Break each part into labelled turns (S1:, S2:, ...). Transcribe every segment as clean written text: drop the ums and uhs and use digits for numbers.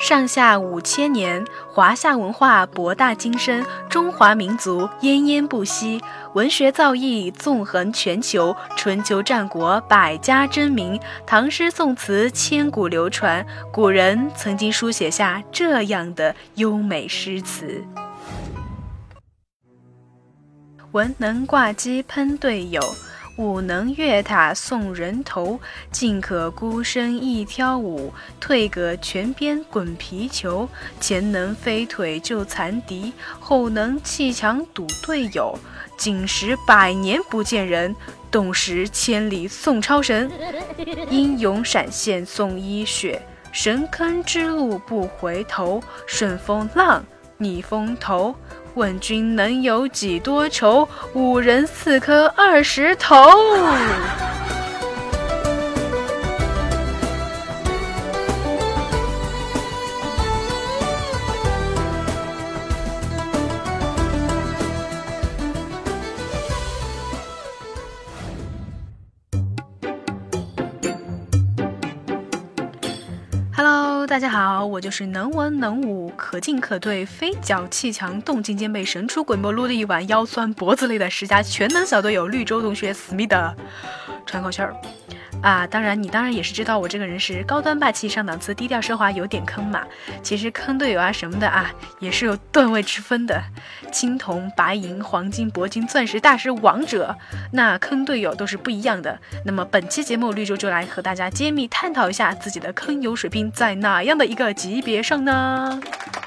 S1: 上下5000年，华夏文化博大精深，中华民族奄奄不息，文学造诣纵横全球，春秋战国百家争鸣，唐诗宋词千古流传。古人曾经书写下这样的优美诗词：文能挂机喷队友，武能越塔送人头，进可孤身一挑五，退可全鞭滚皮球。前能飞腿救残敌，后能砌墙堵队友。今时100年不见人，动时千里送超神。英勇闪现送一血，神坑之路不回头。顺风浪，逆风头。问君能有几多愁？5人4颗20头。Hello， 大家好，我就是能文能武、可进可退、飞脚气强、动静兼备、神出鬼没、撸了一碗腰酸脖子累的10佳全能小队友绿洲同学思密的喘口气儿啊！当然也是知道我这个人是高端霸气、上档次、低调奢华，有点坑嘛。其实坑队友啊什么的啊，也是有段位之分的。青铜、白银、黄金、铂金、钻石、大师、王者，那坑队友都是不一样的。那么本期节目，绿洲就来和大家揭秘探讨一下自己的坑友水平在哪样的一个级别上呢？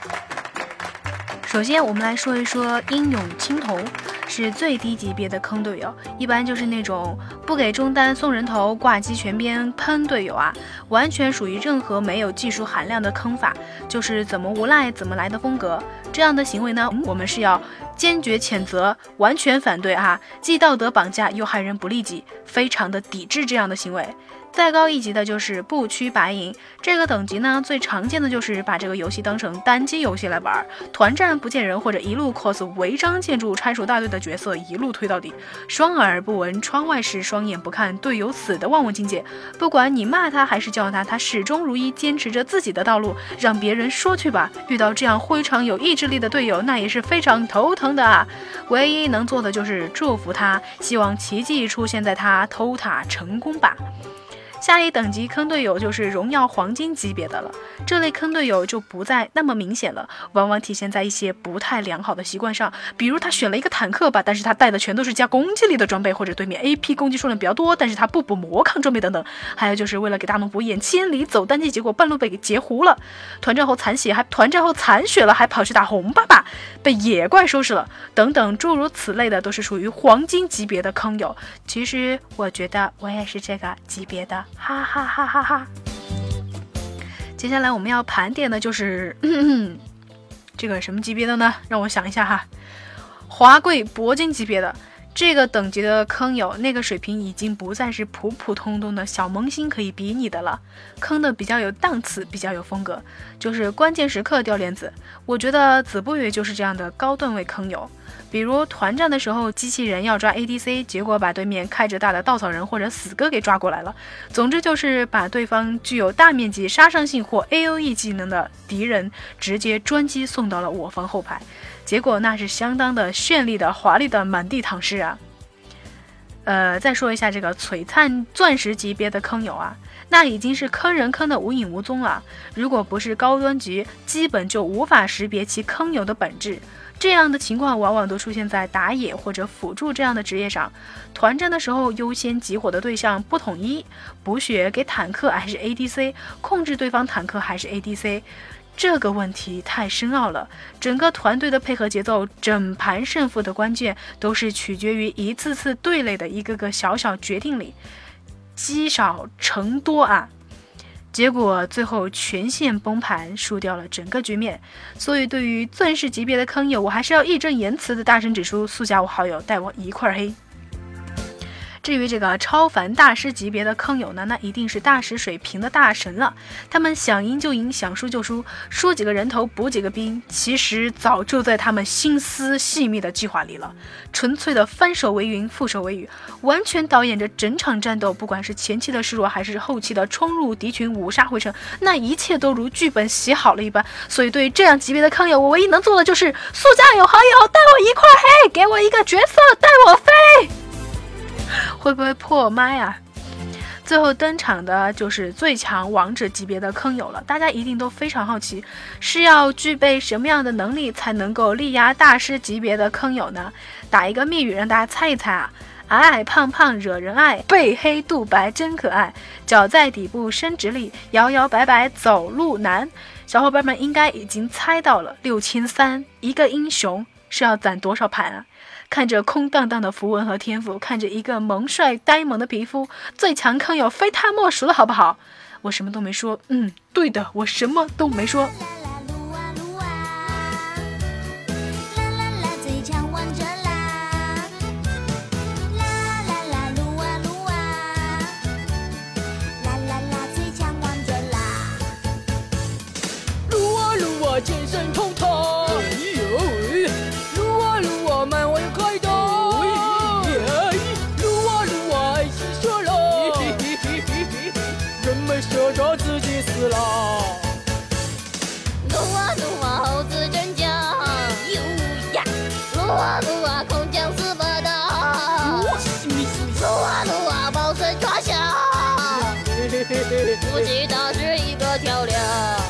S1: 首先我们来说一说英勇青铜，是最低级别的坑队友，一般就是那种不给中单送人头、挂机全边喷队友啊，完全属于任何没有技术含量的坑法，就是怎么无赖怎么来的风格。这样的行为呢，我们是要坚决谴责，完全反对啊，既道德绑架又害人不利己，非常的抵制这样的行为。再高一级的就是不屈白银，这个等级呢，最常见的就是把这个游戏当成单机游戏来玩，团战不见人，或者一路 cos 违章建筑拆除大队的角色一路推到底，双耳不闻窗外事，双眼不看队友死的忘我境界。不管你骂他还是叫他，他始终如一坚持着自己的道路，让别人说去吧。遇到这样非常有意志力的队友，那也是非常头疼的啊。唯一能做的就是祝福他，希望奇迹出现在他偷塔成功吧。下一等级坑队友就是荣耀黄金级别的了，这类坑队友就不再那么明显了，往往体现在一些不太良好的习惯上，比如他选了一个坦克吧，但是他带的全都是加攻击力的装备，或者对面 AP 攻击数量比较多，但是他不补魔抗装备等等。还有就是为了给大农补眼，千里走单机，结果半路被给截胡了，团战后残血了，还跑去打红爸爸，被野怪收拾了，等等诸如此类的都是属于黄金级别的坑友。其实我觉得我也是这个级别的，哈哈哈哈哈。接下来我们要盘点的就是这个什么级别的呢？让我想一下哈，华贵铂金级别的这个等级的坑友，那个水平已经不再是普普通通的小萌新可以比拟的了，坑的比较有档次，比较有风格，就是关键时刻掉链子。我觉得子不语就是这样的高段位坑友，比如团战的时候机器人要抓 ADC， 结果把对面开着大的稻草人或者死哥给抓过来了。总之就是把对方具有大面积杀伤性或 AOE 技能的敌人直接专机送到了我方后排，结果那是相当的绚丽的华丽的满地躺尸啊。再说一下这个璀璨钻石级别的坑友啊，那已经是坑人坑的无影无踪了，如果不是高端局，基本就无法识别其坑友的本质。这样的情况往往都出现在打野或者辅助这样的职业上，团战的时候优先集火的对象不统一，补血给坦克还是 ADC， 控制对方坦克还是 ADC，这个问题太深奥了，整个团队的配合节奏，整盘胜负的关键都是取决于一次次对垒的一个个小小决定里，积少成多啊。结果最后全线崩盘，输掉了整个局面。所以对于钻石级别的坑友，我还是要义正言辞的大声指出，速加我好友，带我一块黑。 至于这个超凡大师级别的坑友呢，那一定是大师水平的大神了。他们想赢就赢，想输就输，输几个人头补几个兵，其实早就在他们心思细密的计划里了。纯粹的翻手为云，覆手为雨，完全导演着整场战斗，不管是前期的示弱，还是后期的冲入敌群五杀回城，那一切都如剧本写好了一般。所以对这样级别的坑友，我唯一能做的就是速加油好友，带我一块黑，给我一个角色，带我飞。会不会破麦啊？最后登场的就是最强王者级别的坑友了，大家一定都非常好奇，是要具备什么样的能力才能够力压大师级别的坑友呢？打一个密语让大家猜一猜啊！矮矮胖胖惹人爱，背黑肚白真可爱，脚在底部伸直立，摇摇摆摆走路难。小伙伴们应该已经猜到了，6300一个英雄是要攒多少盘啊？看着空荡荡的符文和天赋，看着一个萌帅呆萌的皮肤，最强坑友非他莫属了，好不好？我什么都没说，对的，我什么都没说。
S2: 健身通通，撸啊撸啊慢玩开动，撸啊撸啊爱惜射了，人们射着自己死了。
S3: 撸啊撸啊猴子真强，哟呀！撸啊撸啊空降斯巴达，撸啊撸啊抱身抓下，夫妻大是一个漂亮。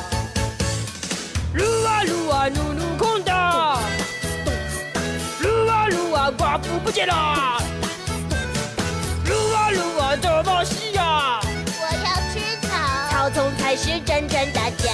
S2: 撸啊撸啊，努努空的，撸啊撸啊，寡妇不见了，撸啊撸啊，怎么洗呀？
S3: 我要吃草，草丛才是真正的家。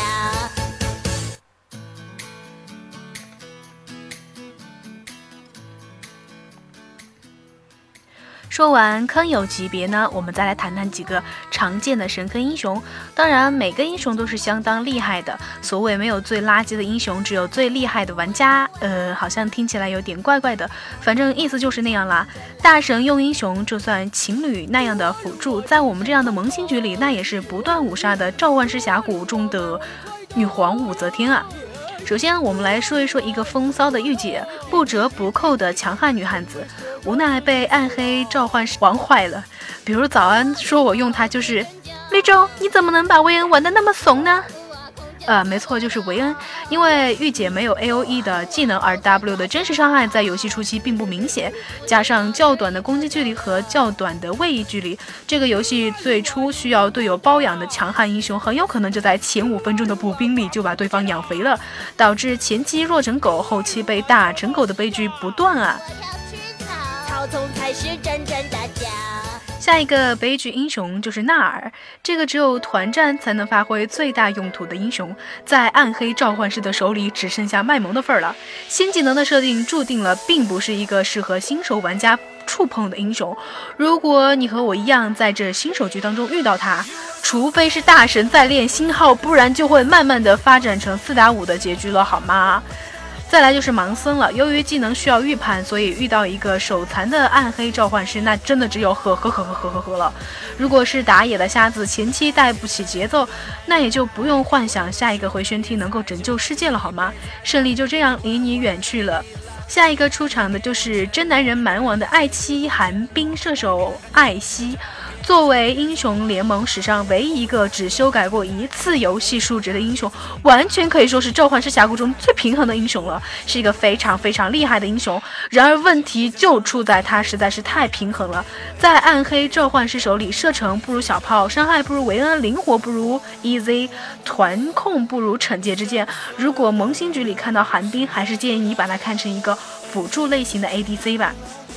S1: 说完坑友级别呢，我们再来谈谈几个常见的神坑英雄。当然每个英雄都是相当厉害的，所谓没有最垃圾的英雄，只有最厉害的玩家。好像听起来有点怪怪的，反正意思就是那样啦。大神用英雄，就算情侣那样的辅助，在我们这样的萌新局里，那也是不断五杀的召唤师峡谷中的女皇武则天啊。首先我们来说一说一个风骚的御姐，不折不扣的强悍女汉子，无奈被暗黑召唤师玩坏了。比如早安说我用它就是绿洲，你怎么能把维恩玩得那么怂呢？没错，就是维恩。因为御姐没有 AOE 的技能，而 W 的真实伤害在游戏初期并不明显，加上较短的攻击距离和较短的位移距离，这个游戏最初需要队友包养的强悍英雄，很有可能就在前5分钟的补兵里就把对方养肥了，导致前期弱成狗，后期被打成狗的悲剧不断啊！
S3: 草丛才是真正的家。
S1: 下一个悲剧英雄就是纳尔，这个只有团战才能发挥最大用途的英雄，在暗黑召唤师的手里只剩下卖萌的份儿了。新技能的设定注定了并不是一个适合新手玩家触碰的英雄，如果你和我一样在这新手局当中遇到他，除非是大神在练新号，不然就会慢慢的发展成4打5的结局了，好吗？再来就是盲僧了，由于技能需要预判，所以遇到一个手残的暗黑召唤师，那真的只有呵了。如果是打野的瞎子，前期带不起节奏，那也就不用幻想下一个回旋踢能够拯救世界了，好吗？胜利就这样离你远去了。下一个出场的就是真男人蛮王的爱妻寒冰射手艾希。作为英雄联盟史上唯一一个只修改过1次游戏数值的英雄，完全可以说是召唤师峡谷中最平衡的英雄了，是一个非常非常厉害的英雄。然而问题就出在他实在是太平衡了，在暗黑召唤师手里，射程不如小炮，伤害不如维恩，灵活不如 EZ， 团控不如惩戒之剑。如果萌新局里看到寒冰，还是建议你把它看成一个辅助类型的 ADC 吧。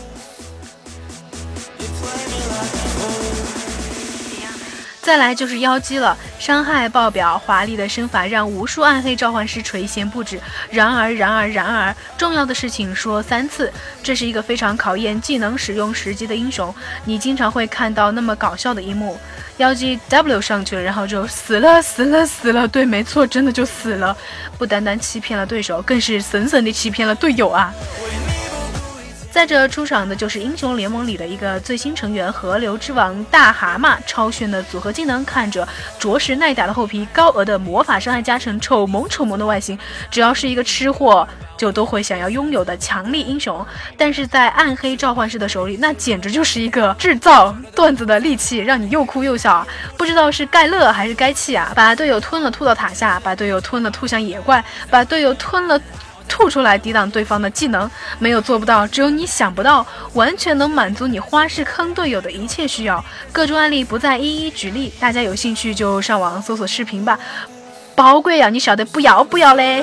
S1: 再来就是妖姬了，伤害爆表，华丽的身法让无数暗黑召唤师垂涎不止。然而，重要的事情说3次，这是一个非常考验技能使用时机的英雄。你经常会看到那么搞笑的一幕，妖姬 W 上去了，然后就死了。对，没错，真的就死了。不单单欺骗了对手，更是狠狠地欺骗了队友啊！ 再者出场的就是英雄联盟里的一个最新成员河流之王大蛤蟆，超炫的组合技能，看着着实耐打的后皮，高额的魔法伤害加成，丑萌的外形，只要是一个吃货就都会想要拥有的强力英雄。但是在暗黑召唤师的手里，那简直就是一个制造段子的利器，让你又哭又笑啊！不知道是该乐还是该气啊！把队友吞了吐到塔下，把队友吞了吐向野怪，把队友吞了吐出来抵挡对方的技能，没有做不到，只有你想不到，完全能满足你花式坑队友的一切需要。各种案例不再一一举例，大家有兴趣就上网搜索视频吧。宝贵啊，你晓得不要嘞？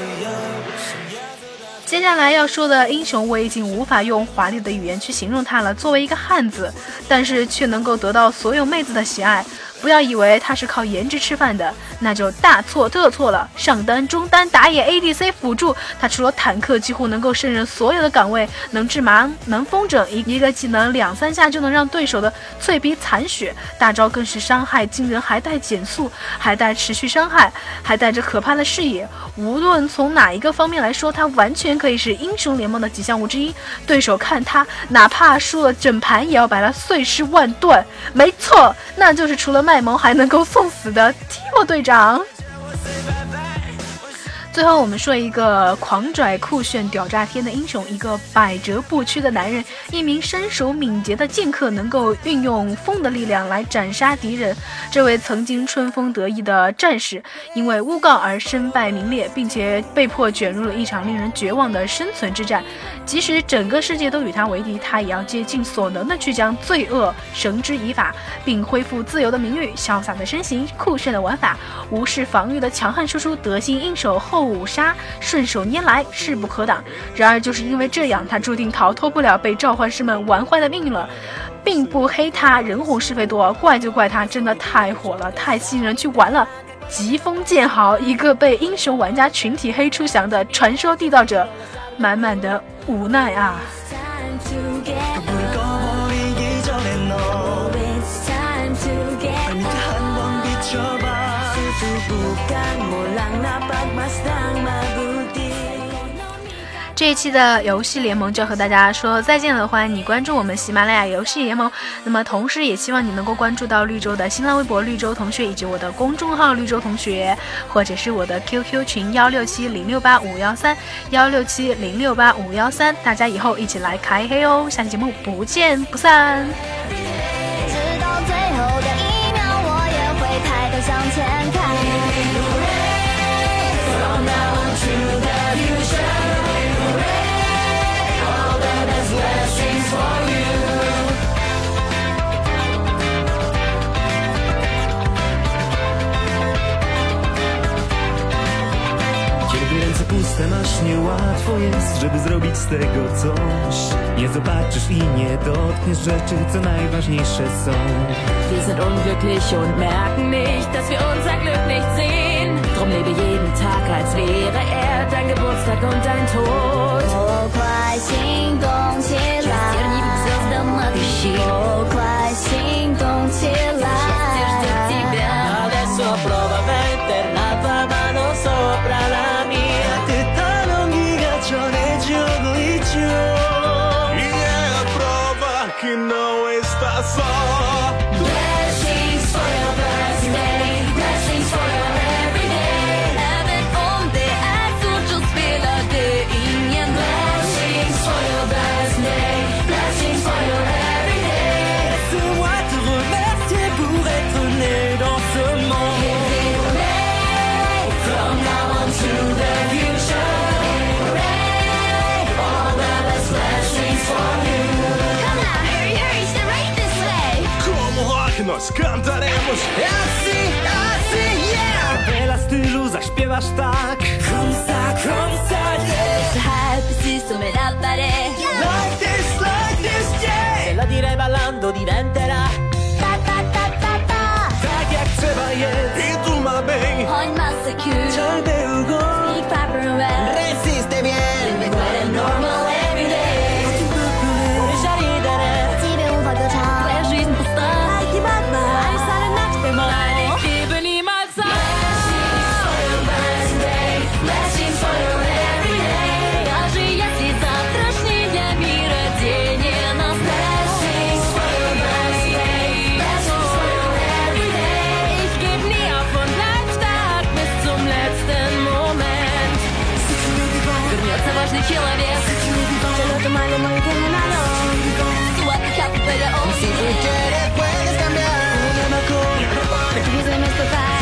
S1: 接下来要说的英雄，我已经无法用华丽的语言去形容他了。作为一个汉子，但是却能够得到所有妹子的喜爱。不要以为他是靠颜值吃饭的，那就大错特错了。上单、中单、打野、ADC 辅助，他除了坦克，几乎能够胜任所有的岗位，能致盲，能风筝，一个技能2-3下就能让对手的脆皮残血。大招更是伤害惊人，还带减速，还带持续伤害，还带着可怕的视野。无论从哪一个方面来说，他完全可以是英雄联盟的吉祥物之一。对手看他，哪怕输了整盘，也要把他碎尸万段。没错，那就是除了卖萌还能够送死的 Timo 队长。最后我们说一个狂拽酷炫屌炸天的英雄，一个百折不屈的男人，一名身手敏捷的剑客，能够运用风的力量来斩杀敌人。这位曾经春风得意的战士，因为诬告而身败名裂，并且被迫卷入了一场令人绝望的生存之战。即使整个世界都与他为敌，他也要竭尽所能的去将罪恶绳之以法，并恢复自由的名誉。潇洒的身形，酷炫的玩法，无视防御的强悍输出，得心应手后五杀，顺手拈来，势不可挡。然而就是因为这样，他注定逃脱不了被召唤师们玩坏的命运了。并不黑他，人红是非多，怪就怪他真的太火了，太吸引人去玩了。疾风剑豪，一个被英雄玩家群体黑出翔的传说缔造者，满满的无奈啊。这一期的游戏联盟就要和大家说再见了，欢迎你关注我们喜马拉雅游戏联盟。那么同时也希望你能够关注到绿洲的新浪微博绿洲同学，以及我的公众号绿洲同学，或者是我的 QQ 群167068513，167068513，大家以后一起来开黑哦。下期节目不见不散。
S3: 直到最后的一秒，我也会抬头向前看。
S4: Puste masz, niełatwo jest, żeby zrobić z tego coś. Nie zobaczysz i nie dotkniesz rzeczy, co najważniejsze są.
S5: Wir sind unglücklich und merken nicht, dass wir unser Glück nicht sehen. Drum lebe jeden Tag, als wäre er dein Geburtstag und dein Tod.
S3: 我快心动起来，我快心动起来。
S2: Adesso prova a mettere la tua mano sopra la mia.
S4: Yeah, prova que não está só.
S5: Blessings for your birthday, blessings for your everyday. Även om det är svårt så spelar det ingen roll. Blessings for your birthday, blessings for your everyday.
S2: Laisse-moi te remercier pour être né dans ce monde.
S5: From now on to the future.
S4: Nós cantaremos
S2: Assim, yeah!
S4: Wiele stylu zaśpiewasz tak.
S2: Konsa, yeah!
S5: Så här precis som en rappare.
S2: Like this, yeah!
S5: Se lo direi ballando diventerà.
S3: Ta ta ta ta ta.
S4: Tak jak trzeba jest. I tu ma być.
S3: Har en massa kul.
S2: 잘 배우고
S3: Vi klappar och väl.
S2: Resiste bien.
S5: Livet är en normal everyday.
S2: 우리 ridere.
S3: 即便无法歌唱，
S5: Skärskinn på stan.
S3: Ice on a natt för mig.
S5: Lieben niemals an. Blessings for your everyday. Даже если завтрашнее мира tomar como el que me malo. Suave que puede
S6: Si tú quieres puedes cambiar.
S5: Pero tú me tocar.